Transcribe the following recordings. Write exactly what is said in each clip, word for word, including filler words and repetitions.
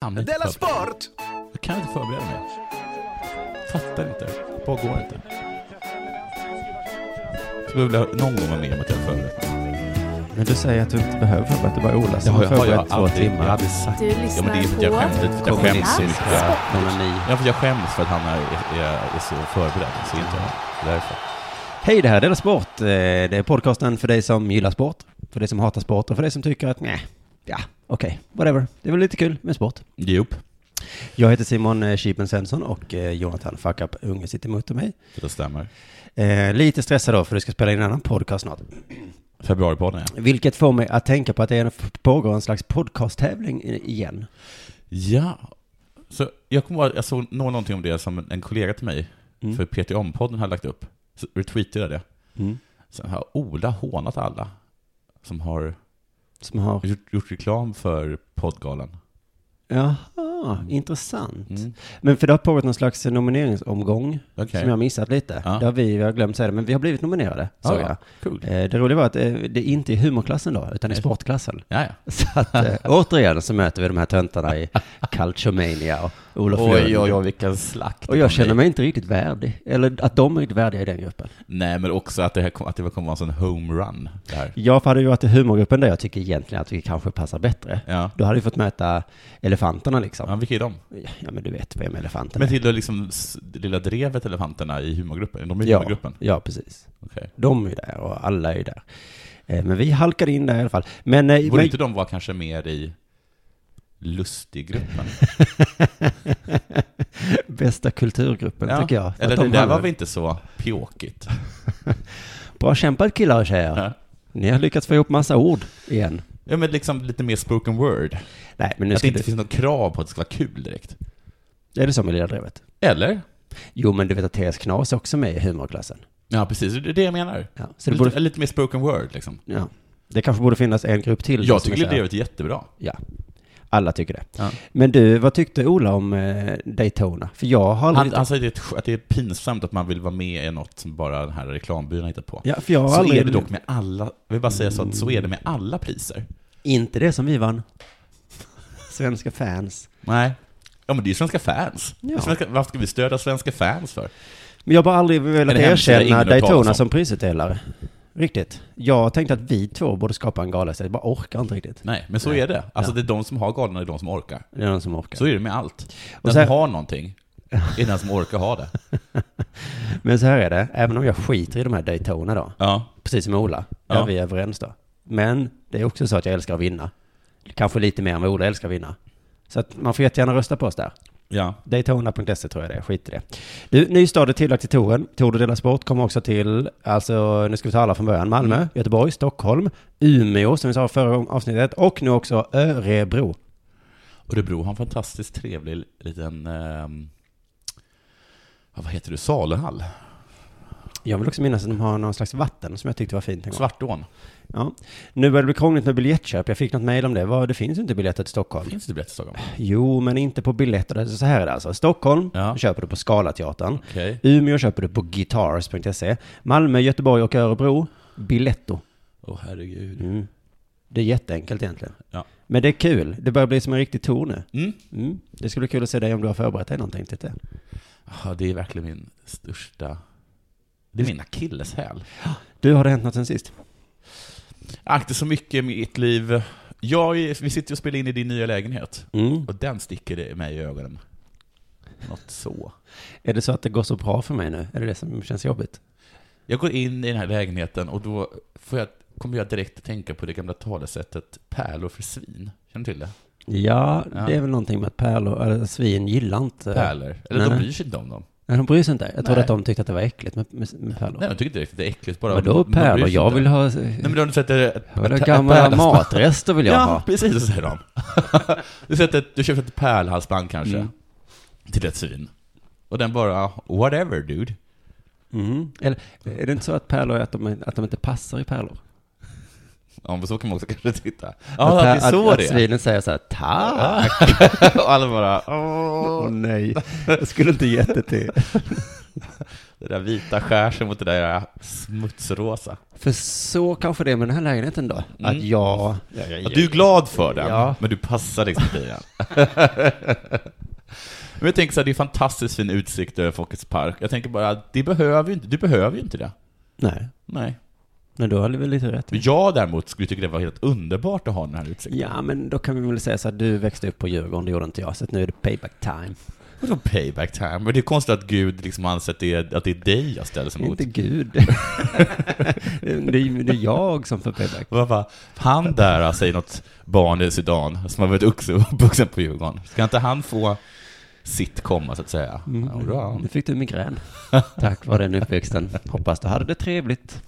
kan inte Della förbereda. Sport! Jag kan inte förbereda mig. Fattar inte. Det bara går inte. Skulle vilja någon gång vara med om att jag förberett mig. Men du säger att du inte behöver förbereda, det var Ola som Det har jag, har jag förberett två aldrig, jag timmar. har aldrig sagt. Du Ja, men lyssnar det är för att jag på skäms lite, för att jag skäms så mycket. Onani. Ja, för jag skäms för att han är, är, är så förberedd. Så inte jag. Därför. Hej, det här är Della Sport. Eh, Det är podcasten för dig som gillar sport, för dig som hatar sport och för dig som tycker att nej, ja, okej, okay, whatever. Det är väl lite kul med sport. Jupp. Jag heter Simon Chipen Svensson och eh, Jonathan Fuck Up Unge sitter emot mig. Det stämmer. Eh, lite stressad då, för du ska spela in en annan podcast snart. Februaripodden, ja. Vilket får mig att tänka på att det är en, pågår en slags podcasttävling igen. Ja. Så jag kommer ihåg, jag såg någonting om det som en kollega till mig Mm. för P T O-podden har lagt upp. Så retweetade jag det. Mm. Sen har Ola hånat alla som har Som har... gjort, gjort reklam för poddgalan. Jaha, mm. intressant. Mm. Men för det har pågått någon slags nomineringsomgång Okay. som jag har missat lite. Ja. Det har vi, vi har glömt säga det, men vi har blivit nominerade, Ja, såg jag. Cool. Eh, Det roliga var att eh, det är inte i humorklassen då, utan i Nej. sportklassen. Ja, ja. Så att eh, återigen så möter vi de här töntarna i Culturemania och Olof Lund. Oj, oj, oj, vilken slakt. Och jag känner mig inte riktigt värdig. Eller att de är riktigt värdiga i den gruppen. Nej, men också att det, här kom, att det kommer vara en sån home run det här. Jag hade ju varit i humorgruppen där jag tycker egentligen att vi kanske passar bättre. Ja. Då hade vi fått möta elefanterna liksom. Ja, vilka är de? Ja, men du vet vem elefanten Men är. till det liksom s- det lilla drevet elefanterna i humorgruppen. De är i Ja, humorgruppen. ja, precis. Okej. De är ju där och alla är ju där. Eh, Men vi halkade in där i alla fall. Men, eh, Borde men inte de vara kanske mer i lustig-gruppen? bästa kulturgruppen tycker jag. För Eller att det de där har- var väl inte så pjåkigt? Bra kämpat killar och tjejer. Ja. Ni har lyckats få ihop massa ord igen. Ja, men liksom lite mer spoken word. Nej, men nu Att ska det inte du... finns något krav på att det ska vara kul direkt. Är det så med Lilla Drevet? Eller? Jo, men du vet att T S Knas också med i humorklassen. Ja, precis. Det är det jag menar. Ja, så det, lite, borde... lite mer spoken word, liksom. ja. det kanske borde finnas en grupp till. Jag som är tycker så här- det är jättebra. Ja, alla tycker det. Ja. Men du, vad tyckte Ola om eh, Daytona? För jag har aldrig... Han, han säger att det, att det är pinsamt att man vill vara med i något som bara den här reklambyrån har hittat på. Ja, för jag har Så aldrig... är det dock med alla, jag vill bara säga så att så är det med alla priser. Inte det som vi vann. Svenska fans. Nej. Ja, men det är ju svenska fans. Ja. Svenska, varför ska vi stödja svenska fans för? Men jag har bara aldrig velat En hemsida ingen erkänna har talat Daytona om. som prisutdelare. Riktigt. Jag tänkte att vi två borde skapa en gala, så jag bara orkar inte riktigt. Nej, men så Nej. är det. Alltså Ja. det är de som har galorna, det är de som orkar. Det är någon som orkar. Så är det med allt. Och Den så här- som har någonting är den som orkar ha det. Men så här är det, även om jag skiter i de här Daytona då, Ja. precis som Ola, där Ja. vi är överens då. Men det är också så att jag älskar att vinna. Kanske lite mer än vad Ola älskar att vinna. Så att man får jättegärna rösta på oss där. Ja. Daytona punkt se tror jag det är, skit i det. Du, ny stad är tillagt till touren. Tour de Della Sport kommer också till, alltså nu ska vi ta alla från början. Malmö, Mm. Göteborg, Stockholm, Umeå som vi sa förra avsnittet och nu också Örebro. Örebro har en fantastiskt trevlig liten, ehm, vad heter det, saluhall. Jag vill också minnas att de har någon slags vatten som jag tyckte var fint en gång. Svartån. Ja. Nu börjar det bli krångligt med biljettköp. Jag fick något mejl om det. Vad, det finns ju inte biljetter till Stockholm. Finns det biljetter i Stockholm? Jo, men inte på biljetter. Så här är det alltså. Stockholm Ja. köper du på Scalateatern. Okej. Umeå köper du på guitars punkt se. Malmö, Göteborg och Örebro, Biletto. Åh herregud. Mm. Det är jätteenkelt egentligen. Ja. Men det är kul. Det börjar bli som en riktig tour nu. Mm. Mm. Det skulle bli kul att se dig om du har förberett dig någonting till det. Ja, det är verkligen min största... Det är min akilleshäl. Du, har det hänt något sen sist? Inte så mycket i mitt liv. Jag, vi sitter och spelar in i din nya lägenhet. Mm. Och den sticker det mig i ögonen. Något så. Är det så att det går så bra för mig nu? Är det det som känns jobbigt? Jag går in i den här lägenheten och då får jag, kommer jag direkt att tänka på det gamla talesättet pärlor för svin. Känner du till det? Ja, Ja. det är väl någonting med att pärlor, eller svin gillar inte... Pärlor. Eller Nej, de nej. bryr sig inte om dem. Nej, de bryr sig inte. Jag trodde Nej. att de tyckte att det var äckligt med, med, med pärlor. Nej, jag tycker inte direkt att det är äckligt. Bara Vadå de- de bryr pärlor? sig Jag inte. vill ha... Nej, men du sätter ett, Vadå ett gamla pärlhalsband- matrester vill jag Ja, ha. precis, så säger de. du, sätter ett, du köper ett pärlhalsband kanske Mm. till ett svin. Och den bara, whatever dude. Mm. Eller är det inte så att pärlor är att de, att de inte passar i pärlor? Ja, men så kan man också kanske titta. Att Ja, det är pär- så att, det att är. svinen säger så här, tack! Och alla bara, Åh nej, jag skulle inte gett det till. Det där vita skär sig mot det där smutsrosa. För så kanske det är med den här lägenheten då. Mm. Att jag... Ja, ja, ja, du är glad för den, ja. Men du passar liksom i den. Men jag tänker så här, det är fantastiskt fin utsikt över Folkets park. Jag tänker bara, det behöver ju inte, du behöver ju inte det. Nej. Nej. Men då har du väl lite rätt. Men jag däremot skulle tycka det var helt underbart att ha den här utsikten. Ja, men då kan vi väl säga så att du växte upp på Djurgården, det gjorde inte jag. Så att nu är det payback time. Vadå payback time? Men det är konstigt att Gud liksom ansett det, att det är dig jag ställer sig mot. Inte Gud. det, är, det är jag som får payback. Vad va? Han där säger något barn i Sudan som har varit uppvuxen på Djurgården. Ska inte han få sitt komma så att säga? Mm. Ja, bra. Nu fick du migrän. Tack vare den uppväxten. Hoppas du hade det trevligt.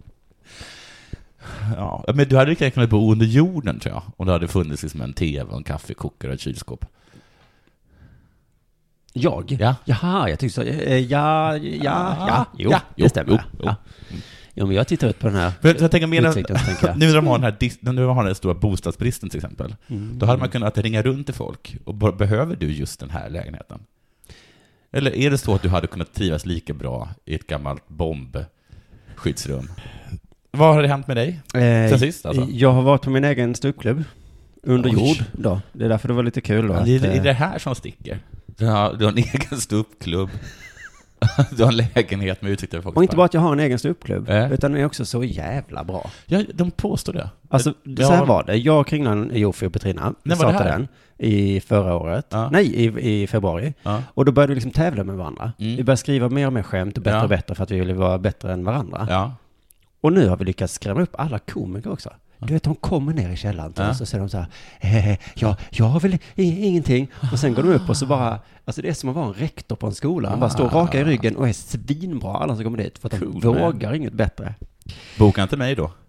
Ja, men du hade lika kunnat bo under jorden tror jag. Om det hade funnits liksom en tv, en kaffekokare och ett kylskåp. Jag? Ja. Jaha, jag tyckte så. Ja, ja, ja, ja. Jo, ja, det stämmer. Jo, jo. Ja. Jo, men jag tittar ut på den här men jag tänker mer utsikten, så tänker jag. Nu när de har den här, dis- nu när de har den stora bostadsbristen till exempel, Mm. då hade man kunnat ringa runt till folk och bara, behöver du just den här lägenheten? Eller är det så att du hade kunnat trivas lika bra i ett gammalt bombskyddsrum? Vad har det hänt med dig Eh, sen sist alltså? Jag har varit på min egen ståuppklubb under Oj. jord då. Det är därför det var lite kul då. Ja, det, att, är, det är eh, det här som sticker. Du har, du har en egen ståuppklubb. Du har en lägenhet med utsikt över Folkets och inte park. bara att jag har en egen ståuppklubb, Äh. utan den är också så jävla bra. Ja, de påstår det. Alltså, Ja. så här var det. Jag, Kringlan, Jofi och Petrina När var det startade här? den i förra året. Ja. Nej, i, i februari. Ja. Och då började vi liksom tävla med varandra. Mm. Vi började skriva mer och mer skämt och bättre Ja. och bättre för att vi ville vara bättre än varandra. Ja. Och nu har vi lyckats skrämma upp alla komiker också. Du vet, de kommer ner i källaren till Ja. oss och säger de så här, eh, ja, jag har väl i, ingenting. Och sen går de upp och så bara, alltså det är som att vara en rektor på en skola. Han bara står raka i ryggen och är svinbra, alla som kommer dit. För att de Cool, vågar man. inget bättre. Boka inte mig då.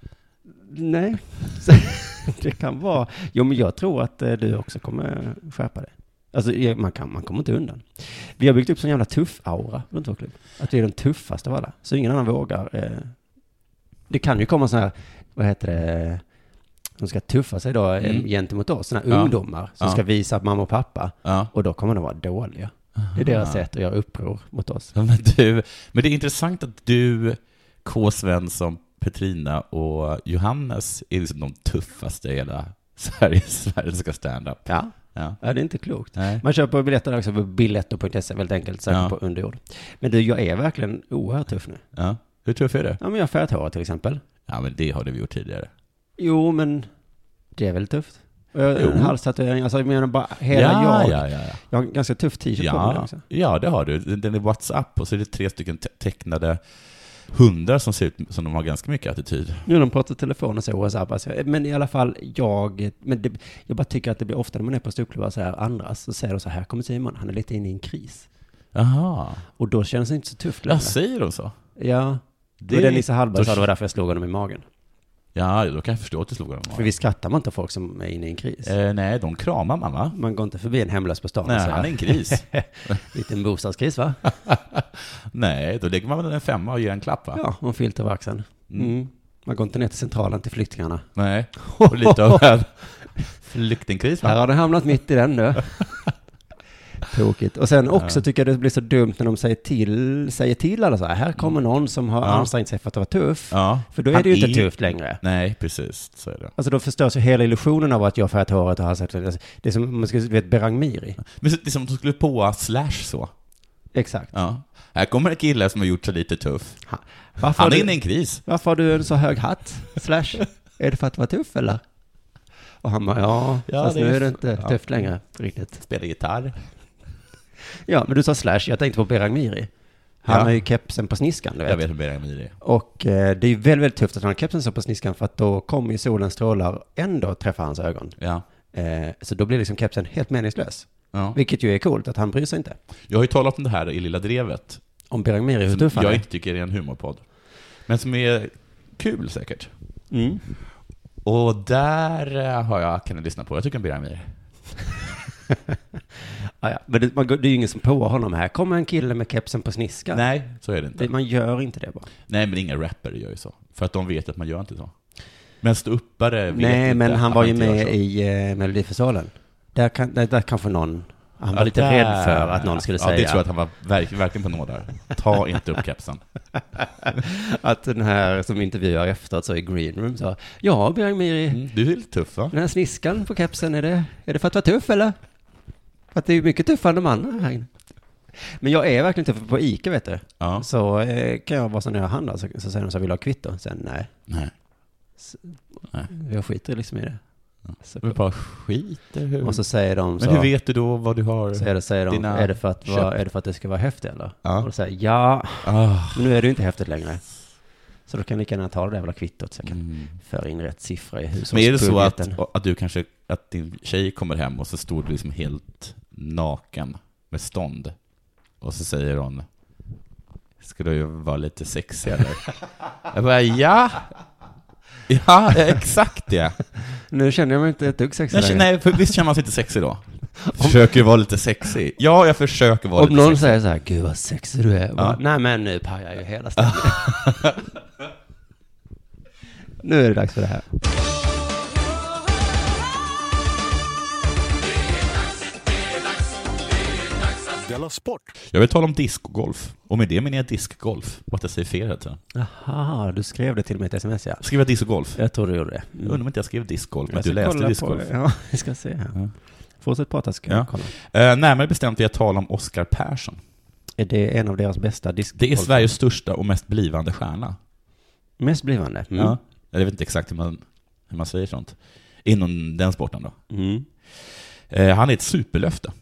Nej, så, det kan vara. Jo, men jag tror att eh, du också kommer skärpa det. Alltså, ja, man, kan, man kommer inte undan. Vi har byggt upp sån jävla tuff aura runt vår klubb. Att vi är den tuffaste av alla. Så ingen annan vågar. Eh, det kan ju komma sån här, vad heter det, de ska tuffa sig då eh, Mm. gentemot oss. Såna Ja. ungdomar som Ja. ska visa att mamma och pappa. Ja. Och då kommer de vara dåliga. Det är deras sätt att göra uppror mot oss. Ja, men, du, men det är intressant att du, K. Svensson, Petrina och Johannes är liksom de tuffaste i hela Sveriges svenska stand-up. Ja. Ja. Ja, det är inte klokt. Nej. Man köper biljetter också på biletto punkt se, väldigt enkelt, söker Ja. på underjord. Men du, jag är verkligen oerhört tuff nu. Ja. Hur tuff är det? Ja, men jag har färgat hår till exempel. Ja, men det har du gjort tidigare. Jo, men det är väl tufft. Och jag- Jo. En halstatuering, alltså jag menar bara hela ja, jag. ja, ja, ja. Jag har en ganska tuff t-shirt på mig Ja, också. ja, det har du. Den är WhatsApp och så är det tre stycken te- tecknade hundar som ser ut som de har ganska mycket attityd. Nu de pratar telefon och så WhatsApp. Alltså. Men i alla fall, jag, men det, jag bara tycker att det blir ofta när man är på ståuppklubbar så här andras, så säger de så här, kommer Simon, han är lite inne i en kris. Jaha. Och då känns det inte så tufft Ja, längre. säger de så? Ja, Det det är det Nisse Hallberg då- sa, det var därför jag slog honom i magen. Ja, då kan jag förstå att det slog dem. För vi skrattar man inte folk som är inne i en kris. Eh, nej, de kramar man, va? Man går inte förbi en hemlös på stan Nej, och säger, han är en kris. liten bostadskris va? Nej, då lägger man väl en femma och ger en klapp, va? Ja, och en filt över axeln. Mm. Mm. Man går inte ner till centralen till flyktingarna. Nej, och lite av en flyktingkris, Här va? har det hamnat mitt i den nu. Tråkigt. Och sen också Ja. tycker jag det blir så dumt när de säger till, säger till alla så här, här kommer någon som har Ja. ansträngt sig för att vara tuff. Ja. För då är Han det ju inte är- tufft längre. Nej, precis, så är det. Alltså då förstörs ju hela illusionen av att jag färgat håret och har sagt det. Det är som om man skulle vet Berang Miri. Men det är som att de skulle på Slash så. Exakt. Ja. Här kommer en kille som har gjort sig lite tuff. Varför, Han har är inne i du, en kris. varför har du en så hög hatt? Slash, är det för att vara tuff eller? Och han bara, ja, Ja, fast det är nu är f- det inte ja. tufft längre, riktigt. Spelar gitarr. Ja, men du sa Slash, jag tänkte på Berang Miri. Han Ja. har ju kepsen på sniskan, du vet. Jag vet hur Berang Miri är. Och eh, det är ju väldigt, väldigt tufft att han har kepsen så på sniskan, för att då kommer ju solens strålar ändå träffa hans ögon. Ja. Eh, så då blir liksom kepsen helt meningslös. Ja. Vilket ju är coolt, att han bryr sig inte. Jag har ju talat om det här i Lilla Drevet. Om Berang Miri, hur Som tuff han jag är. inte tycker är en humorpodd. Men som är kul säkert. Mm. Och där eh, har jag, kan jag lyssna på. Jag tycker om Berang Miri. Ah, ja. Men det, man, går- det är ju ingen som påar honom här. Kommer en kille med kepsen på sniskan. Nej, så är det inte. Det, man gör inte det bara. Nej, men inga rappare gör ju så. För att de vet att man gör inte så. Men ståuppare vet Nej, inte men att han man var ju inte gör med så. i eh, Melodifestivalen. Där, kan, där, där kanske någon Han var lite där. rädd för att någon skulle ja, säga. det tror jag att han var verk, verkligen på nåd där. Ta inte upp kepsen. Att den här som intervjuar efteråt så i Green Room sa, ja, Björn Miri, Mm, du är lite tuff, va? den här sniskan på kepsen, är det, är det för att vara tuff eller? För att det är ju mycket tuffare än de andra här inne. Men jag är verkligen tuff på Ica, vet du. Ja. Så eh, kan jag vara så när jag handlar så, så säger de så vill jag ha kvitto. Sen nej. Nej. Så, Nej. Jag skiter liksom i det. Så, Du bara skiter hur? och så säger de så. Men hur vet du då vad du har? Så är det, säger de, dina är det, för att, vara, köp? är det för att det ska vara häftigt eller? Ja. Och då säger ja, Ah. men nu är det ju inte häftigt längre. Så då kan jag lika gärna ta det där jävla kvittot så jag kan Mm. föra in rätt siffra i hushållsbudgeten. Men är det så att, att du kanske, att din tjej kommer hem och så står du liksom helt naken med stånd och så säger hon, ska du ju vara lite sexig eller? Jag bara, ja. Ja, exakt det. Nu känner jag mig inte ett dugg sexig Jag längre. känner, nej, för visst känner man sig inte sexig då? Försöker ju vara lite sexig. Ja, jag försöker vara Om lite någon sexig. säger så här, gud vad sexig du är. Ja. Bara, nej men nu pajar jag ju hela stämningen. Nu är det dags för det här. Della Sport. Jag vill tala om discgolf. Och med det menar jag diskgolf. Och att jag säger fel heter det. Jaha, du skrev det till mig i ett sms, ja. Skriva discgolf. Jag tror du gjorde det. Jag undrar om inte jag skrev discgolf, men Jag du ska läste kolla discgolf. på- Ja, vi ska se här. Ja. Fortsätt prata ska Ja. jag kolla. Eh, närmare bestämt vill jag tala om Oscar Persson. Är det en av deras bästa discgolf? Det är Sveriges största och mest blivande stjärna. Mest blivande? Mm. Ja. Jag vet inte exakt hur man, hur man säger sånt. Inom den sporten då. Mm. Eh, han är ett superlöfte.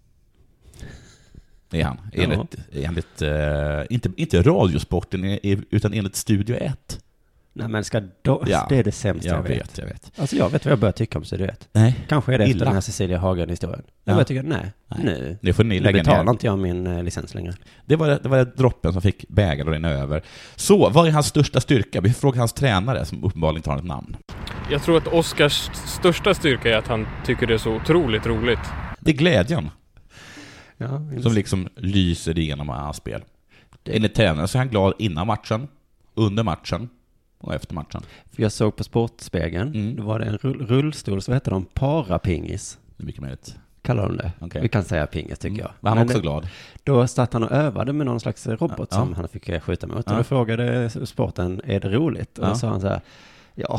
Det är han. Ja. Enligt, enligt eh, inte, inte radiosporten, utan enligt Studio ett. Nej men ska då, Ja. det är det sämsta jag, Jag vet. vet, jag vet. Alltså jag vet vad jag börjar tycka om Studio ett. Nej, Kanske är det efter Illa. den här Cecilia Hagen-historien. Jag Ja. börjar tycka, nej, Nej. nu. det får ni Nu lägga betalar ner. inte jag min eh, licens längre. Det var, det var droppen som fick bägaren att rinna över. Så, vad är hans största styrka? Vi frågar hans tränare som uppenbarligen inte har ett namn. Jag tror att Oscars största styrka är att han tycker det är så otroligt roligt. Det är glädjen Ja, som liksom lyser igenom hans spel. Enligt tränaren så är han glad innan matchen, under matchen och efter matchen. För jag såg på Sportspegeln, Mm. då var det en rull, rullstol, så heter de parapingis. Det är mycket möjligt. Kallar de det. Okej. Vi kan säga pingis tycker jag. Var han också det, glad? Då satt han och övade med någon slags robot Ja. som han fick eh, skjuta mot. Ja. Och då frågade sporten, är det roligt? Och Ja. då sa han så här, ja.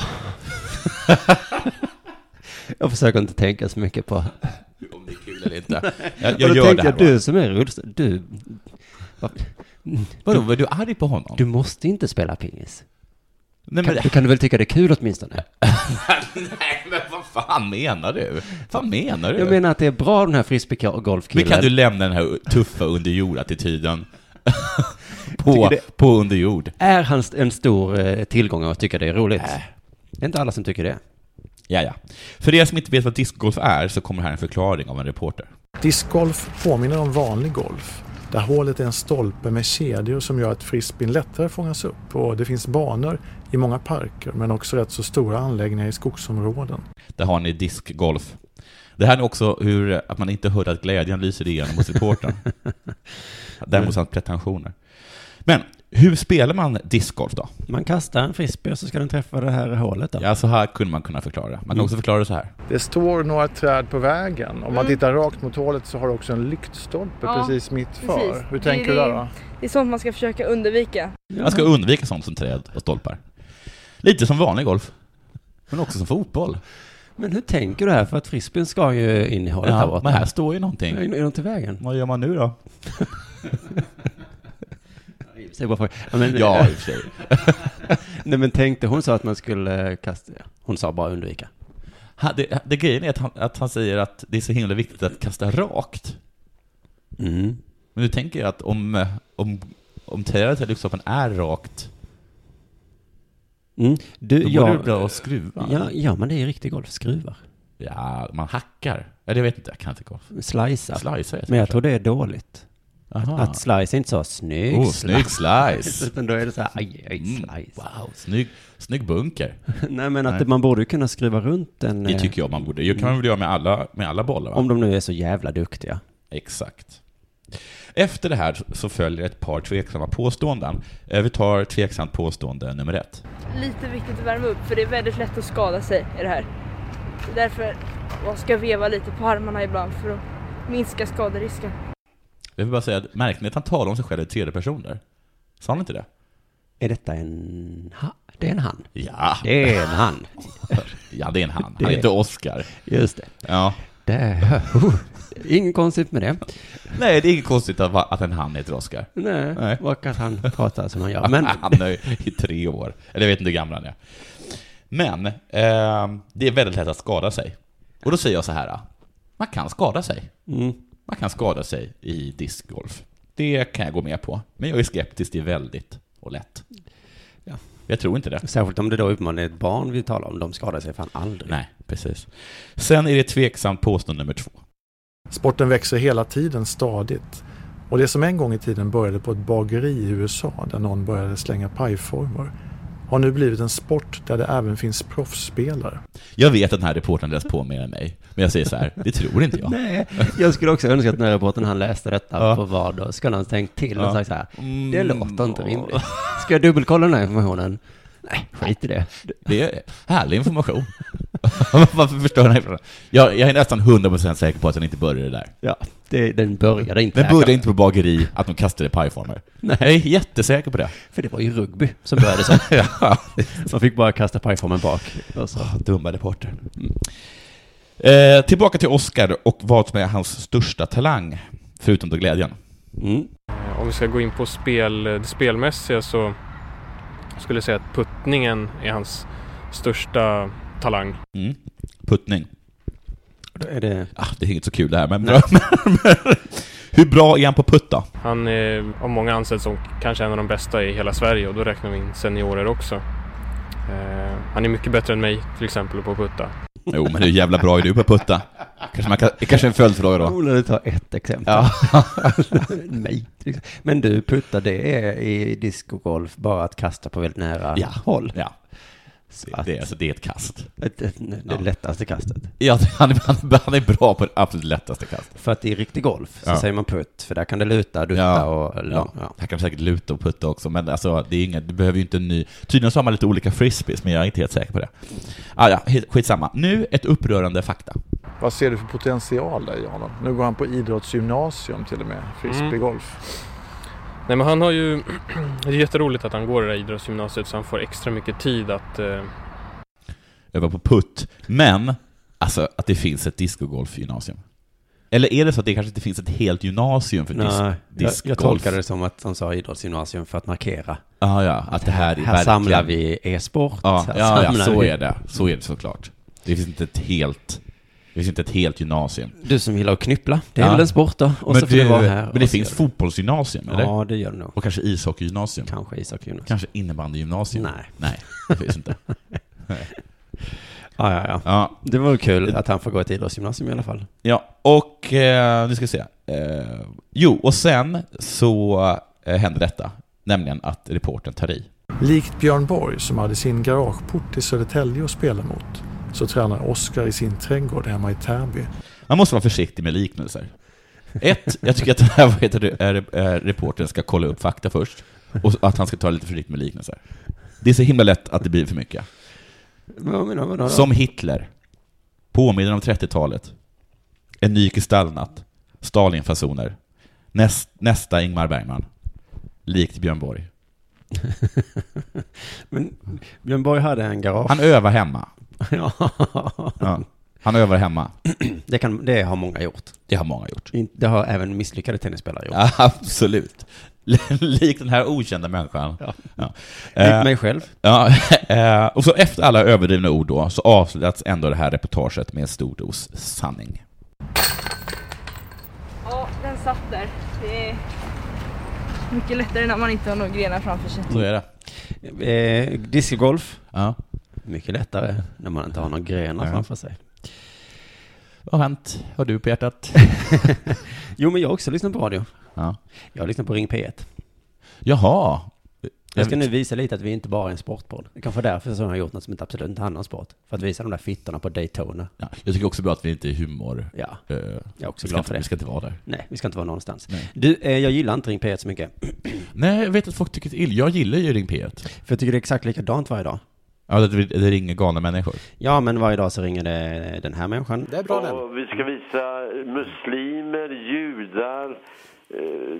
Jag försöker inte tänka så mycket på. Om det är kul eller inte. Jag, Och jag då gör tänkte det här. jag, va? du som är rullstol, du, va- Vadå, var du arg på honom? du måste inte spela pingis. Nej, Kan, men, du kan du väl tycka det är kul åtminstone? nej, men vad fan menar du? Vad menar du? Jag menar att det är bra den här frisbeegolfkillen. Men kan du lämna den här tuffa underjord-attityden på, Tycker det- på underjord? Är han st- en stor eh, tillgång och tycker det är roligt? Nej. Det är inte alla som tycker det. Ja, ja. För er som inte vet vad discgolf är så kommer här en förklaring av en reporter. Discgolf påminner om vanlig golf. Där hålet är en stolpe med kedjor som gör att frisbeen lättare fångas upp. Och det finns banor i många parker men också rätt så stora anläggningar i skogsområden. Där har ni discgolf. Det här är också hur att man inte hörde att glädjen lyser igenom hos reportern. Däremot hans pretensioner. Men hur spelar man discgolf då? Man kastar en frisbee och så ska den träffa det här hålet då. Ja, så här kunde man kunna förklara det. Man kan Mm. också förklara det så här. Det står några träd på vägen. Om man Mm. tittar rakt mot hålet så har du också en lyktstolpe Ja, precis mitt för. precis. Hur Det- tänker du det- där då? Det är sånt man ska försöka undvika. Man ska undvika sånt som träd och stolpar. Lite som vanlig golf. Men också som fotboll. Men hur tänker du här? För att frisbeen ska ju in i hålet här Ja, borta. men här står ju någonting. Är, är de till vägen? Vad gör man nu då? Säg bara fråga. Ja, men, Ja, i och för sig. Nej men tänkte hon sa att man skulle kasta. Hon sa bara undvika. Ha, det, det grejen är att han, att han säger att det är så himla viktigt att kasta rakt. Mm. Men nu tänker jag att om, om, om trädet i lyktstolpen är rakt, Mm. Du, då ja, borde det bra att skruva. ja, ja, men det är riktig golf. Skruvar. Ja, man hackar. Ja, det vet inte, jag kan inte golf. Slicear. Slice heter Men jag det. tror det är dåligt. Aha. Att slice är inte så snygg. Oh, snygg slice. Utan då är det så här, aj, aj, Mm, slice. wow, snygg, snygg bunker. Nej men att Nej. man borde kunna skruva runt den. Det eh, tycker jag man borde. Det kan man väl göra med alla, med alla bollar, va? Om de nu är så jävla duktiga. Exakt. Efter det här så följer ett par tveksamma påståenden. Eh, Vi tar tveksamt påstående nummer ett. Lite viktigt att värma upp för det är väldigt lätt att skada sig i det här. Därför man ska veva lite på armarna ibland för att minska skaderisken. Jag vill bara säga att märkte ni att han talar om sig själv i tredje personer? Sa han inte det? Är detta en... Ha? Det är en han. Ja. Det är en han. Ja, det är en han. Det Han är- heter Oscar. Just det. Ja. det. Uh, ingen konstigt med det. Nej, det är inget konstigt att, att en han heter Oscar. Nej, Nej. och att han pratar som han gör. Men Han är i tre år. Eller jag vet inte hur gammal han är. Men eh, det är väldigt lätt att skada sig. Och då säger jag så här. Man kan skada sig. mm, Man kan skada sig i discgolf. Det kan jag gå med på. Men jag är skeptisk till väldigt och lätt. Ja. Jag tror inte det. särskilt om det då uppenbarligen är ett barn vi talar om. De skadar sig fan aldrig. Nej, precis. Sen är det tveksamt påstående nummer två. Sporten växer hela tiden stadigt. Och det som en gång i tiden började på ett bageri i U S A där någon började slänga pajformar har nu blivit en sport där det även finns proffsspelare. Jag vet att den här reportern läst på mer än mig. Men jag säger så här, det tror inte jag. Nej, jag skulle också önska att den här reportern han läste detta Ja. på vad då skulle han tänkt till och Ja. sagt så här. Mm, Det låter inte rimligt. Ska jag dubbelkolla den här informationen? Nej, skit i det. Det är härlig information. Varför förstår den här informationen? Jag, jag är nästan hundra procent säker på att den inte började där. Ja, det, den började inte Den här, började kanske. inte på bageri att de kastade pajformer. Nej. Jag är jättesäker på det. För det var ju rugby som började så. Ja. Man fick bara kasta pajformen bak. Och så. Oh, dumma reporter. Mm. Eh, tillbaka till Oscar och vad som är hans största talang, förutom då glädjen. Mm. Om vi ska gå in på spel, det spelmässiga så skulle jag säga att puttningen är hans största talang. Mm. Puttning. Då är det... Ah, det är inte så kul det här, men bra. Hur bra är han på putta? Han är av många ansedd som kanske en av de bästa i hela Sverige, och då räknar vi in seniorer också. Eh, han är mycket bättre än mig till exempel på att putta. Jo, men hur jävla bra är du på att putta? Kanske, man kan, kanske en följdfråga då. Om du tar ett exempel. Ja. Nej. Men du puttar, det är i discogolf bara att kasta på väldigt nära Ja. håll. Ja. Det, det, är, alltså, det är ett kast. Ett, ett, det Ja. lättaste kastet. Ja, han är, han är- han är bra på det absolut lättaste kastet. För att i riktig golf så Ja. säger man putt, för där kan det luta, dutta Ja. och Ja. lång. Ja. Här kan säkert luta och putta också, men alltså, det är inga, du behöver ju inte en ny. Tydligen så har man lite olika frisbees, men jag är inte helt säker på det. Ah, ja, skitsamma. Nu ett upprörande fakta. Vad ser du för potential där i honom? Nu går han på idrottsgymnasium till och med, frisbeegolf. Nej, men han har ju, det är jätteroligt att han går i det där idrottsgymnasiet så han får extra mycket tid att eh, Öva på putt. Men, alltså att det finns ett discogolfgymnasium. Eller är det så att det kanske inte finns ett helt gymnasium för dis- Nej, jag, discgolf? jag tolkade det som att han sa idrottsgymnasium för att markera. Ah, ja, att det här är Här verkligen... samlar vi e-sport. Ja, här ja, ja, samlar så vi- är det. Så är det såklart. Det finns inte ett helt... Det finns inte ett helt gymnasium. Du som gillar att knyppla, det är Ja. väl en sport då? Och men så får du vara här. men det och så finns gör fotbollsgymnasium, du. eller? Ja, det gör det nog. Och kanske ishockeygymnasium. Kanske ishockeygymnasium. Kanske innebandygymnasium. Nej. Nej, det finns inte. Ja, ja, ja. Ja, Det var kul att han får gå ett idrottsgymnasium i alla fall. ja. Och eh, nu ska vi se. Eh, jo, och sen så eh, händer detta. Nämligen att reportern tar i. Likt Björn Borg som hade sin garageport i Södertälje att spela mot, så tränar Oscar i sin trädgård hemma i Täby. Man måste vara försiktig med liknelser. Ett, jag tycker att den här vad heter det, är, är, reportern ska kolla upp fakta först. Och att han ska ta lite försiktigt med liknelser. Det är så himla lätt att det blir för mycket. Vad menar du då? Som Hitler. Påminner om trettiotalet. En ny kristallnatt. Stalinfasoner. Näst, nästa Ingmar Bergman. Likt Björn Borg. Men Björn Borg hade en garage. Han övar hemma. Ja. Ja. Han övar hemma. Det, kan, det har många gjort. Det har många gjort. In- Det har även misslyckade tennisspelare gjort. Ja, absolut. Likt den här okända människan. Ja. Ja. Likt Eh, mig själv. Ja, eh, och så efter alla överdrivna ord då så avslutas ändå det här reportaget med en stor dos sanning. Ja, den satt där. Det är mycket lättare när man inte har några grenar framför sig. Så är det. Eh, discgolf. Ja. Mycket lättare när man inte har några grenar Ja. framför sig. Vad har hänt? Har du på hjärtat? Jo, men jag har också lyssnat på radio. Ja. Jag har lyssnat på Ring P ett. Jaha. Jag ska nu visa lite att vi inte bara är en sportpodd. Det kanske därför som jag har gjort något som inte absolut inte handlar om sport. För att visa de där fittorna på Daytona. Ja, jag tycker också bra att vi inte är humor. Ja, Eh, jag är också vi, ska glad inte, för det. vi ska inte vara där. Nej, vi ska inte vara någonstans. Nej. Du, eh, jag gillar inte Ring P ett så mycket. Nej, jag vet att folk tycker till. Jag gillar ju Ring P ett. För jag tycker det är exakt likadant varje dag. Ja, det, det ringer galna människor. Ja, men varje dag så ringer det den här människan. Det är bra den. Och vi ska visa muslimer, judar, eh,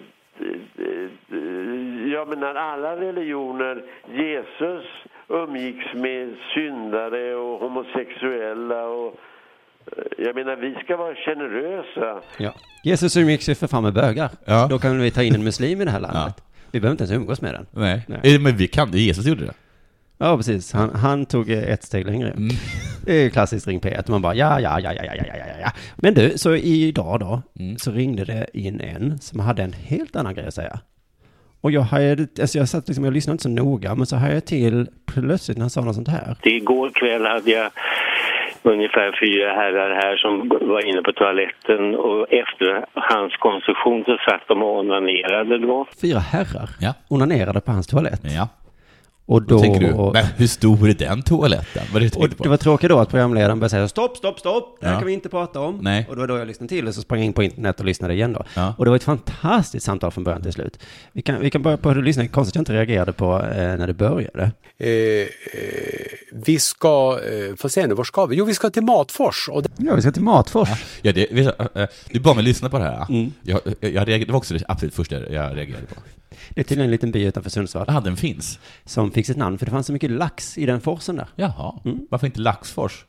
jag menar alla religioner. Jesus umgicks med syndare och homosexuella och jag menar vi ska vara generösa. Ja. Jesus umgicks ju för fan med bögar. Ja. Då kan vi ta in en muslim i det här landet. Ja. Vi behöver inte ens umgås med den. Nej, Nej. men vi kan, Jesus gjorde det. Ja, precis. Han, han tog ett steg längre. Mm. Det är klassiskt ring P ett. Man bara, ja, ja, ja, ja, ja, ja, ja, ja. Men du, så idag då, Mm. så ringde det in en som hade en helt annan grej att säga. Och jag hade, alltså jag satt liksom, jag lyssnade inte så noga, men så hade jag till plötsligt när han sa något sånt här. Igår kväll hade jag ungefär fyra herrar här som var inne på toaletten och efter hans konstruktion så satt de och onanerade då. Fyra herrar Ja. onanerade på hans toalett. Ja. Och då... Då tänker du, men hur stor är den toaletten? Vad är det du Och tänkte på? det var tråkigt då att programledaren började säga stopp, stopp, stopp, det här Ja. kan vi inte prata om. Nej. Och då var då jag lyssnade till och så sprang jag in på internet och lyssnade igen då. Ja. Och det var ett fantastiskt samtal från början till slut. Vi kan, vi kan börja på hur du lyssnade. Konstigt att jag inte reagerade på eh, när det började. Eh, eh, vi ska, eh, få se nu, var ska vi? Jo, vi ska till Matfors. Och det... Ja, vi ska till Matfors. Ja, det, vet du, äh, du bad mig lyssna på det här. Mm. Jag, jag, jag reagerade, det var också det absolut första jag reagerade på. Det är tydligen en liten by utanför Sundsvall. Ja, den finns. Som fick sitt namn för det fanns så mycket lax i den forsen där. Jaha, Mm. varför inte Laxfors?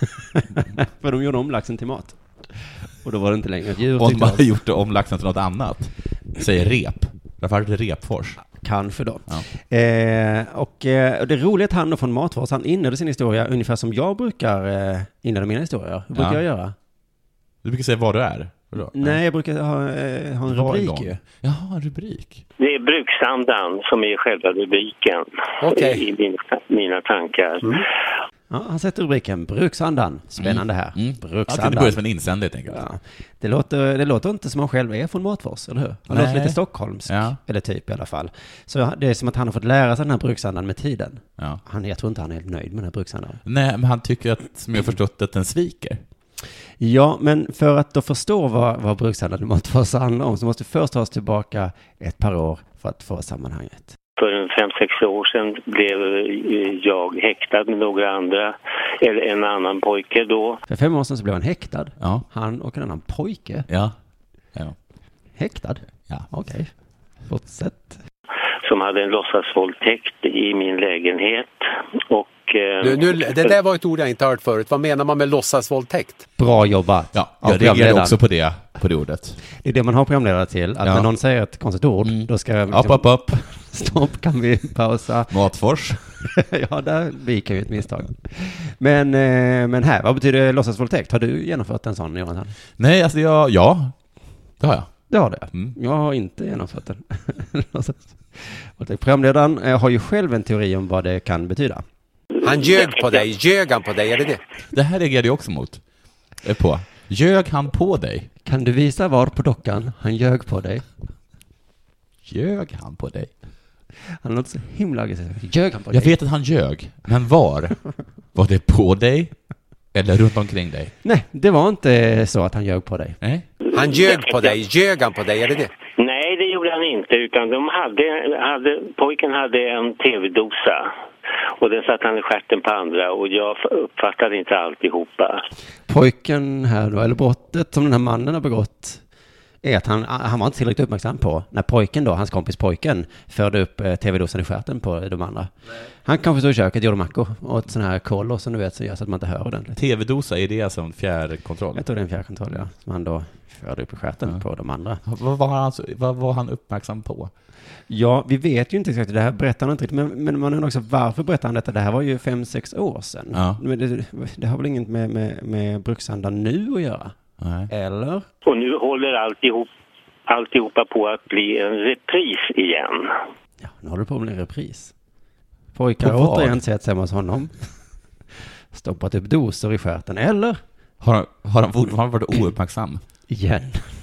För de gjorde om laxen till mat. Och då var det inte längre ett djur. Om tyckte man jag. hade gjort det om laxen till något annat. Säger rep. Varför hade det Repfors? Kanske då. Ja. Eh, och, eh, och det är roligt att han då från Matfors, han inledde sin historia ungefär som jag brukar eh, inleda mina historier. Hur brukar Ja. jag göra? Du brukar säga vad du är. Vadå? Nej, jag brukar ha, eh, ha en Var rubrik igång. ju. Jaha, en rubrik. Det är bruksandan som är själva rubriken Okej. i min, mina tankar. Mm. Ja, han sätter rubriken Bruksandan. Spännande här. Mm. Ja, Bruksandan. det börjar som en insändare helt enkelt. Ja. Det, låter, det låter inte som han själv är från Matfors, eller hur? Han Nej. låter lite stockholmsk, Ja. eller typ i alla fall. Så det är som att han har fått lära sig den här bruksandan med tiden. Ja. Han, jag tror inte han är helt nöjd med den här bruksandan. Nej, men han tycker att, som jag har förstått, att den sviker. Ja, men för att då förstå vad, vad bruksandan i Matfors handlar om så måste vi först ta oss tillbaka ett par år för att få sammanhanget. För en fem, sex år sedan blev jag häktad med några andra, eller en annan pojke då. För fem år sedan så blev han häktad. Ja. Han och en annan pojke. Ja. Ja. Häktad? Ja. Okej. Fortsätt. Som hade en låtsasvåldtäkt i min lägenhet. Och, eh, Nu, nu, det där var ett ord jag inte hört förut. Vad menar man med låtsasvåldtäkt? Bra jobbat. Ja, av jag reagerar programledaren. också på det, på det ordet. Det är det man har programledare till. Att Ja. när någon säger ett konstigt ord, Mm. då ska... Upp, upp, upp. Stopp, kan vi pausa? Matfors. Ja, där begick jag ju ett misstag. Men, eh, men här, vad betyder låtsasvåldtäkt? Har du genomfört en sån, Jonathan? Nej, alltså jag, ja, det har jag. Det har du. Mm. Jag har inte genomfört den. Låtsasvåldtäkt. Programledaren eh, har ju själv en teori om vad det kan betyda. Han ljög på dig. Ljög han på dig? Är det det? Det här reagerade jag också mot. Eh, På. Ljög han på dig? Kan du visa var på dockan han ljög på dig? Ljög han på dig? Han låter så himla aggressiv. Ljög han på Jag dig? vet att han ljög, men var? Var det på dig? Eller runt omkring dig? Nej, det var inte så att han ljög på dig. Nej? Han ljög på dig. Ljög han på dig? Är det det? nej, det gjorde han inte. Utan de hade, hade, pojken hade en tv-dosa. Och den satt han i stjärten på andra. Och jag uppfattade inte alltihopa. Pojken här då, eller brottet som den här mannen har begått, är att han, han var inte tillräckligt uppmärksam på när pojken då, hans kompis pojken, förde upp eh, tv-dosan i stjärten på de andra. Nej. Han kanske stod i köket, gjorde mackor och ett sån här kollo som du vet så gör så att man inte hör ordentligt. Tv-dosa, är det alltså en fjärrkontroll? Jag tror det är en fjärrkontroll, ja. Som han då förde upp i stjärten Ja. på de andra. Vad var, han, alltså, vad var han uppmärksam på? Ja, vi vet ju inte exakt, det här berättar han inte riktigt, men, men man undrar också varför berättar han detta? Det här var ju fem, sex år sedan. Ja. Men det, det har väl inget med, med, med bruksandan nu att göra? Nej. Eller? Och nu håller alltihop, alltihopa på att bli en repris igen. Ja, nu håller det på med en repris. Pojkar På har vad? återigen sett hemma hos honom. Stoppat upp doser i stjärten, eller? Har han, har han fortfarande varit ouppmärksam? Igen.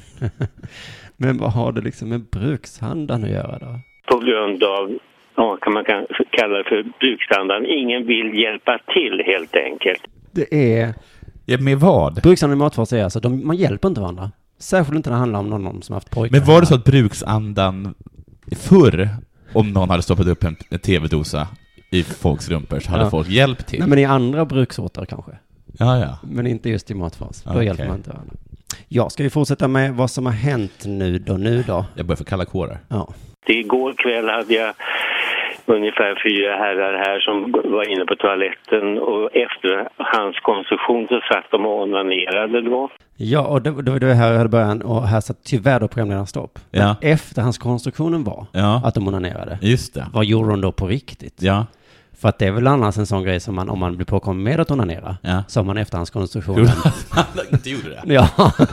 Men vad har det liksom med bruksandan att göra då? På grund av, ja, kan man kan kalla det för bruksandan. Ingen vill hjälpa till helt enkelt. Det är... Ja, med vad? Bruksandan i Matfors är alltså, de, man hjälper inte varandra. Särskilt inte när det handlar om någon som haft pojkar. Men var det så att bruksandan förr, om någon hade stoppat upp en, en tv-dosa i folks rumpor så hade Ja. folk hjälpt till. Nej, men i andra bruksorter kanske. Ja, ja. Men inte just i Matfors. Då Okej. hjälper man inte varandra. Ja, ska vi fortsätta med vad som har hänt nu då? Nu då? Jag börjar få kalla kårar. Ja. Igår kväll hade jag ungefär fyra herrar här som var inne på toaletten och efter hans konstruktion så satt de och onanerade då. Ja, och det, det var det här i början och här satt tyvärr då programledaren stopp. Men Ja. efter hans konstruktionen var Ja. att de onanerade. Just det. Vad gjorde de då på riktigt? Ja. För att det är väl annars en sån grej som man, om man blir påkommen med att onanera, Ja. så har man efter hans konstruktion. Gjorde han inte gjorde det? Ja.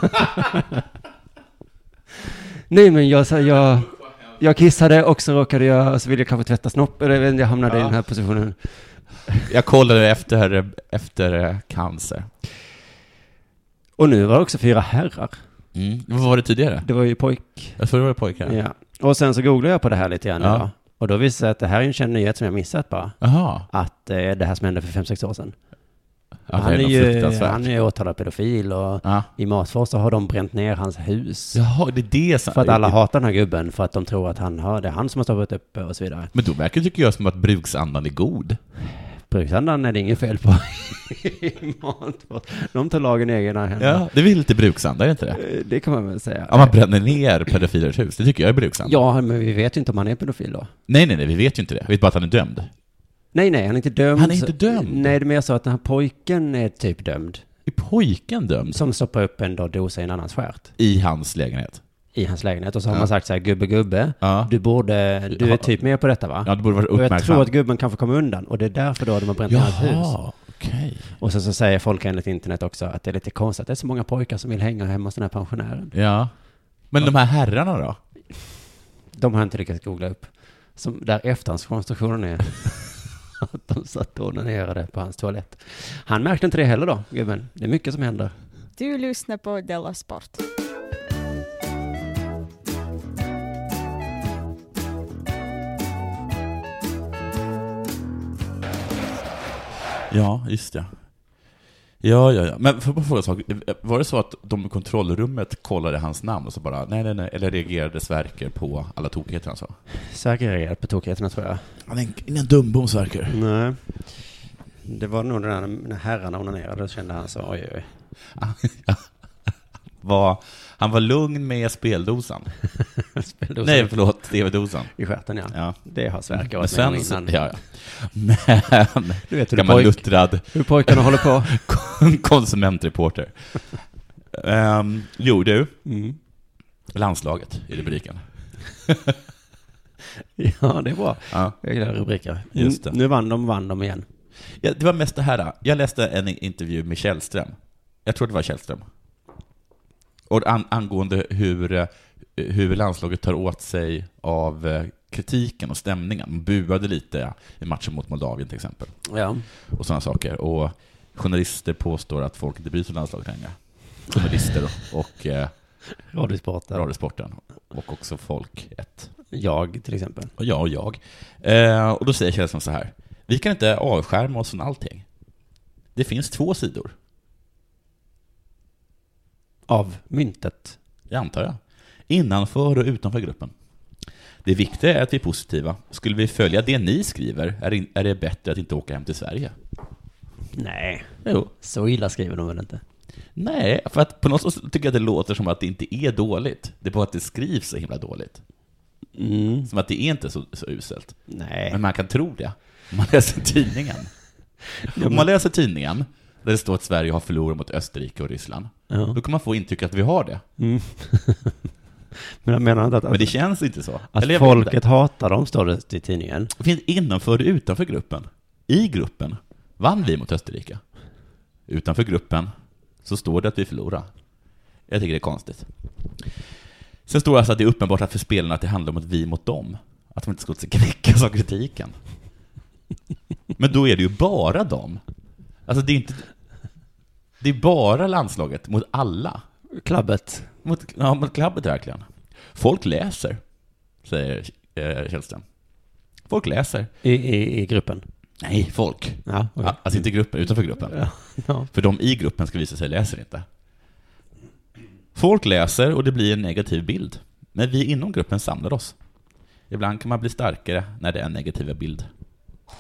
Nej, men jag sa jag, jag kissade och så råkade jag, och så ville jag kanske tvätta snopp, eller jag vet inte, jag hamnade Ja. i den här positionen. Jag kollade efter, efter cancer. Och nu var det också fyra herrar. Mm. Vad var det tidigare? Det var ju pojk. Jag tror det var pojkar. Ja. Och sen så googlade jag på det här lite grann Ja. idag. Och då visade det sig att det här är en känd nyhet som jag missat bara. Jaha. Att eh, det här som hände för fem sex år sedan. Ja, han, det är något ju, fruktansvärt. han är ju åtalad pedofil och Ja. i Matfors så har de bränt ner hans hus. Jaha, det är det som... För att alla hatar den här gubben för att de tror att han har, det är han som har stoppat upp och så vidare. Men då verkar det, tycker jag, som att bruksandan är god. Bruksandan är det inget fel på i Matfors. De tar lagen i egna händer. Ja, det är väl lite bruksanda, är det inte det? Eh, Det kan man väl säga. Ja, man bränner ner pedofilers hus. Det tycker jag är bruksanda. Ja, men vi vet ju inte om han är pedofil då. Nej, nej, nej, vi vet ju inte det. Vi vet bara att han är dömd. Nej, nej, han är inte dömd. Han är inte dömd? Nej, det är mer så att den här pojken är typ dömd. Är pojken dömd? Som stoppar upp en då dosa i en annans skärt. I hans lägenhet? I hans lägenhet. Och så har Ja. man sagt så här, gubbe, gubbe. Ja. Du borde, du är typ med på detta va? Ja, du borde vara Och jag uppmärksam. tror att gubben kan få komma undan. Och det är därför då de har bränt ner hans hus. Jaha, okej. Och så, så säger folk enligt internet också att det är lite konstigt att det är så många pojkar som vill hänga hemma hos den här pensionären. Ja. Men de här herrarna då? De har inte lyckats googla upp. Som där efterhandskonstruktionen är att de satt och onanerade på hans toalett. Han märkte inte det heller då, gubben. Det är mycket som händer. Du lyssnar på Della Sport. Ja, just det. Ja, ja, ja. Men för att fråga en sak, var det så att de i kontrollrummet kollade hans namn och så bara, nej, nej, nej, eller reagerade Sverker på alla tokigheter han sa? Sverker reagerade på tokigheterna tror jag. Han är ingen dumbom, Sverker. Nej. Det var nog den där, när herrarna onanerade, då kände han så, oj, oj. var, han var lugn med speldosan. Speldosan. Nej, förlåt, tv-dosan. I stjärten, ja. Ja. Det har Sverker Men varit sen, med innan. ja, ja. Men, Du vet hur gammal pojk- luttrad hur pojkarna håller på. konsumentreporter. Um, jo, du. Mm. Landslaget i rubriken. Ja, det är bra. Ja. Jag gillar rubriker. Just det. Nu vann de, vann de igen. Ja, det var mest det här. Jag läste en intervju med Källström. Jag tror det var Källström. Och an- angående hur, hur landslaget tar åt sig av kritiken och stämningen. Man buade lite i matchen mot Moldavien till exempel. Ja. Och sådana saker. Och journalister påstår att folk inte bryr sig om landslaget längre. Journalister och, och eh, Radiosporten. Radiosporten. Och också folk ett. Jag till exempel. Och jag och jag. Eh, och då säger Källström så här. Vi kan inte avskärma oss från allting. Det finns två sidor. Av myntet. Jag antar jag. Innanför och utanför gruppen. Det viktiga är att vi är positiva. Skulle vi följa det ni skriver är, in, är det bättre att inte åka hem till Sverige. Nej. Jo. Så illa skriver de väl inte? Nej, för att på något sätt tycker jag att det låter som att det inte är dåligt. Det är bara att det skrivs så himla dåligt. Mm. Som att det är inte så, så uselt. Nej. Men man kan tro det. Om man läser tidningen. Om man läser tidningen där det står att Sverige har förlorat mot Österrike och Ryssland. Ja. Då kan man få intryck att vi har det. Mm. Men jag menar inte att... Men det känns inte så. Att Eller jag vet folket inte. hatar dem, står det i tidningen. Det finns innanför och utanför gruppen. I gruppen vann vi mot Österrike. Utanför gruppen så står det att vi förlorar. Jag tycker det är konstigt. Sen står det alltså att det är uppenbart att för spelarna att det handlar om att vi mot dem. Att de inte ska sig knäckas av kritiken. Men då är det ju bara dem. Alltså det är inte... Det är bara landslaget mot alla. Klabbet. Mot, ja, mot klabbet verkligen. Folk läser, säger eh, Källström. Folk läser. I, i, i gruppen? Nej, folk. Ja, okay. Alltså inte gruppen, utanför gruppen. Ja. Ja. För de i gruppen ska visa sig läser inte. Folk läser och det blir en negativ bild. Men vi inom gruppen samlar oss. Ibland kan man bli starkare när det är en negativ bild.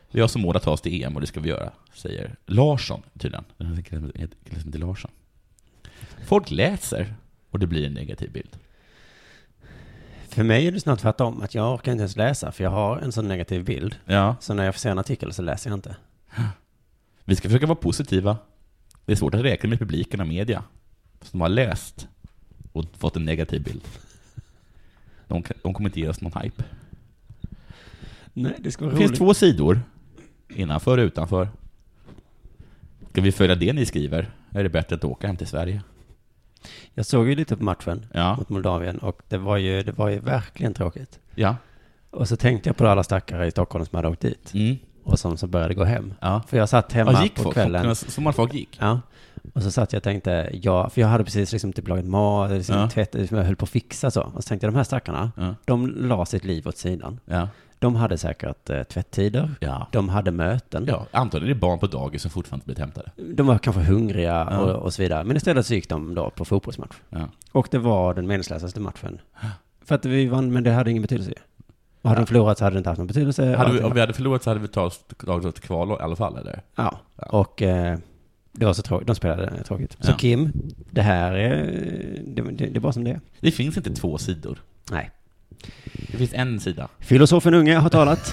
Vi har som mål att ta oss till E M och det ska vi göra, säger Larsson tydligen. Den heter inte Larsson. Folk läser och det blir en negativ bild. För mig är det snart tvärtom, att jag orkar inte ens läsa för jag har en sån negativ bild. Ja. Så när jag får se en artikel så läser jag inte. Vi ska försöka vara positiva. Det är svårt att räkna med publiken och media som har läst och fått en negativ bild. De, de kommer inte ge oss någon hype. Nej, det ska vara Det roligt. finns två sidor, innanför och utanför. Ska vi följa det ni skriver? Är det bättre att åka hem till Sverige? Jag såg ju lite på matchen Ja. mot Moldavien och det var ju, det var ju verkligen tråkigt. Ja. Och så tänkte jag på alla stackare i Stockholm som hade åkt dit. Mm. Och som så började gå hem. Ja. För jag satt hemma Ja, gick på folk, kvällen. Folk, som man folk gick. Ja. Och så satt jag och tänkte, ja, för jag hade precis liksom typ lagat mat, liksom Ja. tvätt, liksom jag höll på att fixa så. Och så tänkte jag, de här stackarna, Ja. de la sitt liv åt sidan. Ja. De hade säkert eh, tvätttider. Ja. De hade möten. Ja, antagligen är det barn på dagis som fortfarande inte blivit hämtade. De var kanske hungriga Ja. och, och så vidare. Men istället så gick de då på fotbollsmatch. Ja. Och det var den meningslösaste matchen. För att vi vann, men det hade ingen betydelse. Och hade Ja. de förlorat så hade det inte haft någon betydelse. Hade vi, om vi hade förlorat så hade vi tagit ett kval i alla fall, eller? Ja, Ja. och eh, det var så tråkigt. De spelade tråkigt. Så Ja. Kim, det här är, det, det, det är bara som det är. Det finns inte två sidor. Nej. Det finns en sida. Filosofen Unge har talat.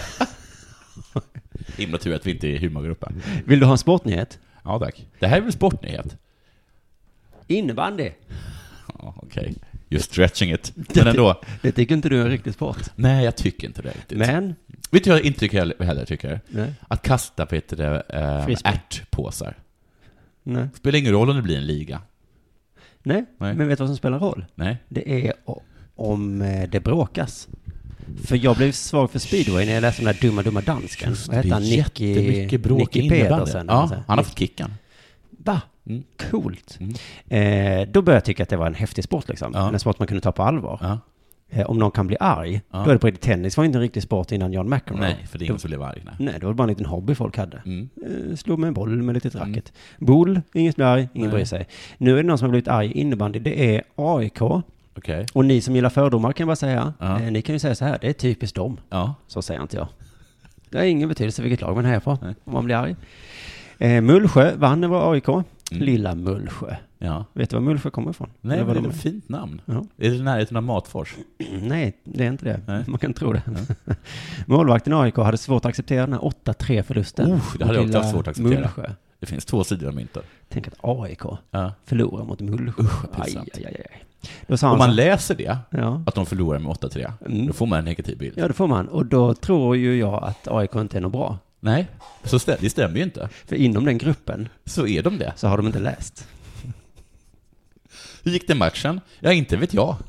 Himla tur att vi inte är i humorgruppen. Vill du ha en sportnyhet? Ja, tack. Det här är väl sportnyhet? Innebandy. Ja, okej. You're stretching it. Men ändå. Det tycker inte du är en riktig sport. Nej, jag tycker inte det riktigt. Men? Vet du vad jag inte tycker heller, heller tycker? Nej. Att kasta på ett äh, Frisbee. ärtpåsar. Nej. Spelar ingen roll om det blir en liga. Nej. Nej. Men vet du vad som spelar roll? Nej. Det är o- om eh, det bråkas. För jag blev svag för speedway när jag läste den där dumma, dumma dansken. Just det, Vad hette han? det är Nicky, jättemycket bråk Nicky i innebandy. Pedersen. Ja, Alltså. han har fått kicken. Va? Mm. Coolt. Mm. Eh, då började jag tycka att det var en häftig sport liksom. Ja. En sport man kunde ta på allvar. Ja. Eh, om någon kan bli arg, Ja. då är det på riktigt. Tennis var inte en riktig sport innan John McEnroe. Nej, för det är ingen Då- som blev arg. Nej. Nej, det var bara en liten hobby folk hade. Mm. Eh, slog med en boll med lite Mm. racket. Boll, ingen blir arg, ingen Nej. bryr sig. Nu är det någon som har blivit arg i innebandy. Det är A I K. Okej. Och ni som gillar fördomar kan jag bara säga, Ja. eh, ni kan ju säga så här, det är typiskt dem. Ja. Så säger inte jag. Det har ingen betydelse vilket lag man hejar på, Nej. om man blir arg. Eh, Mullsjö vann över A I K. Mm. Lilla Mullsjö. Ja. Vet du var Mullsjö kommer ifrån? Nej, Eller men vad det är de ett fint namn. Ja. Är det i närheten av Matfors? Nej, det är inte det. Nej. Man kan tro det. Målvakten i A I K hade svårt att acceptera den här åtta tre förlusten. Oh, det hade jag mot också haft lilla svårt att acceptera. Mullsjö. Det finns två sidor av myntet. Tänk att A I K Ja. förlorar mot Mullsjö. Usch, vad aj, pinsamt. aj, aj, aj. Då sa han Om man så- läser det, ja. att de förlorar med åtta tre, Mm. då får man en negativ bild. ja, det får man. Och då tror ju jag att A I K inte är något bra. Nej, så stä- det stämmer ju inte. För inom den gruppen Så är de det. så har de inte läst. Hur gick det matchen? Ja, inte vet jag.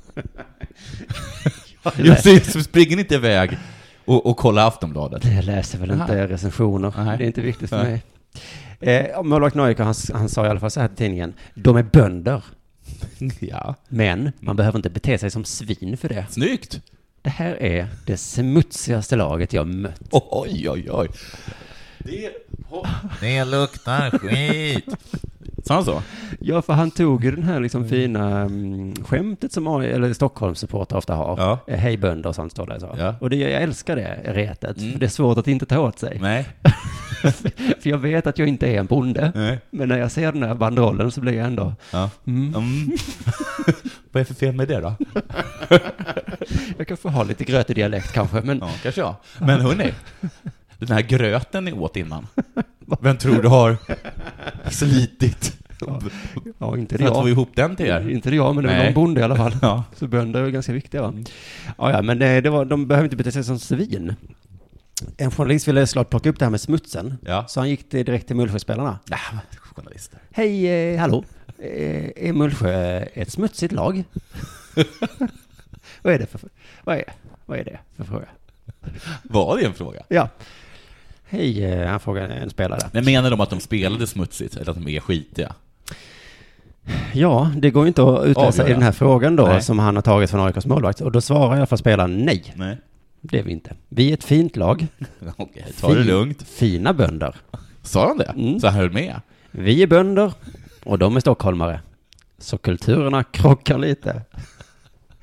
Jag ser- springer inte iväg och, och kolla Aftonbladet. Jag läser väl inte Aha. recensioner. Nej. Det är inte viktigt för Nej. mig. Eh, målvakten A I K, han, han sa i alla fall så här till tidningen. De är bönder, Ja, men man behöver inte bete sig som svin för det. snyggt. Det här är det smutsigaste laget jag mött. Oj, oj, oj. Det, det luktar skit. Sa han så? Ja, för han tog ju den här liksom fina um, skämtet som A I, eller Stockholmssupportrar ofta har. Ja. Eh, Hej bönder och sånt står det så. Ja. Och det, jag älskar det retet. Mm. För det är svårt att inte ta åt sig. Nej. För jag vet att jag inte är en bonde. Nej. Men när jag ser den här banderollen så blir jag ändå... Ja. Mm. Mm. Vad är för fel med det då? Jag kan få ha lite grötig dialekt kanske, men... Ja, kanske jag. Men hörni, den här gröten ni åt innan, vem tror du har slitit Ja, inte det för att jag. få ihop den till er? Inte det jag, men det var Nej. någon bonde i alla fall. Ja. Så bönder är ganska viktiga, va? Ja, ja, men det, det var, de behöver inte bete sig som svin. En journalist ville såklart plocka upp det här med smutsen. Ja. Så han gick direkt till Mullsjöspelarna. Nej, men journalister. Hej, eh, hallå. Eh, är Mullsjö ett smutsigt lag? Vad är det för... Vad är, vad är det för fråga? Var det en fråga? Ja. Hej, eh, han frågade en spelare. Men menar de att de spelade smutsigt eller att de är skitiga? Ja, det går ju inte att utläsa Avgöra. i den här frågan då, Nej. som han har tagit från A I K:s målvakt. Och då svarar i alla fall spelaren nej. Nej. Det är vi inte. Vi är ett fint lag. Okej, ta det Fin- lugnt. Fina bönder. Sa han det? Mm. Så han höll med? Vi är bönder och de är stockholmare. Så kulturerna krockar lite.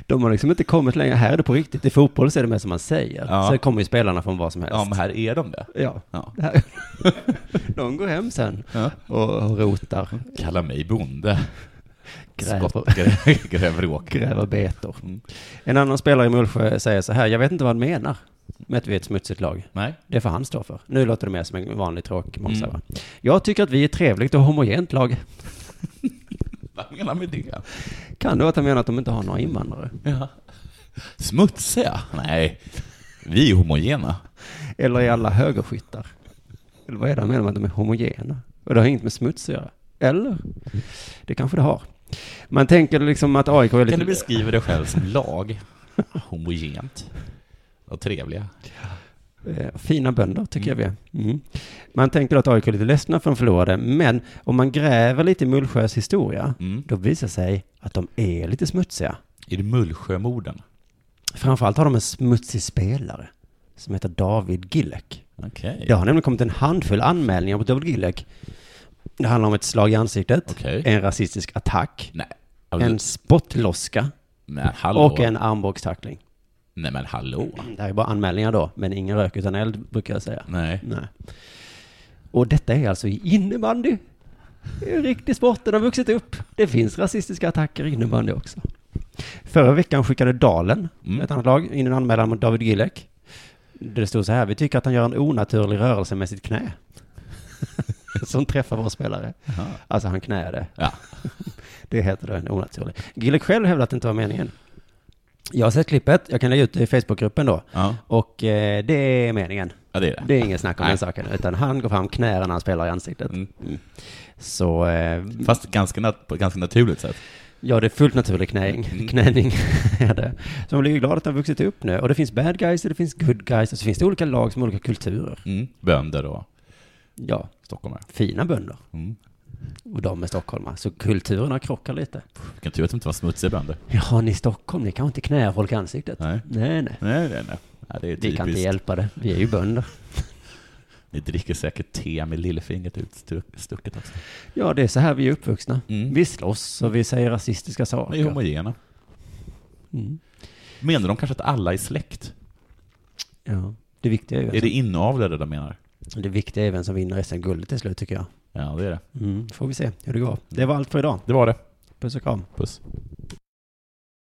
De har liksom inte kommit längre. Här är det på riktigt. I fotboll så är det mer som man säger. Ja. Sen kommer ju spelarna från vad som helst. Ja, men här är de det. Ja. Ja. Här. De går hem sen Ja. och rotar. Kalla mig bonde. Gräver, Skott, grä- gräver åker. gräver betor. Mm. En annan spelare i Mullsjö säger så här: jag vet inte vad han menar med att vi är ett smutsigt lag. Nej. Det får han stå för. Nu låter det mer som en vanlig tråkmånsare. Mm. va? Jag tycker att vi är ett trevligt och homogent lag. Vad menar med det? Kan det vara att han menar att de inte har några invandrare? Ja. Smutsiga? Nej. Vi är homogena. Eller är alla högerskyttar? Eller vad är det han menar med att de är homogena? Och det har inget med smuts att göra. Eller? Det kanske det har. Man tänker liksom att A I K är lite... Kan du beskriva dig själv som lag? Homogent. Och trevliga. Eh, Fina bönder tycker mm. jag vi är. Mm. Man tänker att A I K är lite ledsna för de förlorade. Men om man gräver lite i Mullsjös historia, Mm. då visar sig att de är lite smutsiga. Är det Mullsjömorden? Framförallt har de en smutsig spelare som heter David Gillek. Okej. Det har nämligen kommit en handfull anmälningar på David Gillek. Det handlar om ett slag i ansiktet, Okej. en rasistisk attack, Nej. en spottloska Men hallå. och en armbågstackling. Nej men hallå. Det här är bara anmälningar då, men ingen rök utan eld brukar jag säga. Nej. Nej. Och detta är alltså i innebandy. Det är en riktig sport, den har vuxit upp. Det finns rasistiska attacker i innebandy också. Förra veckan skickade Dalen, Mm. ett annat lag, in en anmälan mot David Gillek. Det stod så här: vi tycker att han gör en onaturlig rörelse med sitt knä. Som träffar våra spelare. Aha. Alltså han knäade. Ja. Det heter då en onaturlig. Gillek själv hävdade att det inte var meningen. Jag har sett klippet, jag kan lägga ut det i Facebookgruppen då. Ja. Och eh, det är meningen. Ja, det är det. Det är ingen snack om Nej. den saken. Utan han går fram knäar när han spelar i ansiktet. Mm. Mm. Så eh, Fast ganska nat- på ett ganska naturligt sätt. ja, det är fullt naturlig knäing. Mm. Knäning är det. Så man blir ju glad att det har vuxit upp nu. Och det finns bad guys och det finns good guys. Och så finns det olika lag som har olika kulturer. Mm. Bönder och Ja, stockholmare. fina bönder. Mm. Och de är stockholmare. Så kulturerna krockar lite. Vilken tur att det inte var smutsiga bönder. Ja, ni i Stockholm, ni kan inte knäa folk i ansiktet. Nej. Nej, nej. Nej, nej, nej. Ja, det är Vi kan inte typiskt. hjälpa det. Vi är ju bönder. Ni dricker säkert te med lillfingret utstucket också. Ja, det är så här vi är uppvuxna. Mm. Vi slåss och vi säger rasistiska saker. Ni är homogena. Mm. Menar de kanske att alla är släkt? Ja, det viktiga är ju Är det inavlade de menar? det viktiga är vem som vinner S M-guldet till slut tycker jag. Ja, det är det. Mm. Får vi se hur det går. Det var allt för idag. Det var det. Puss och kram. Puss.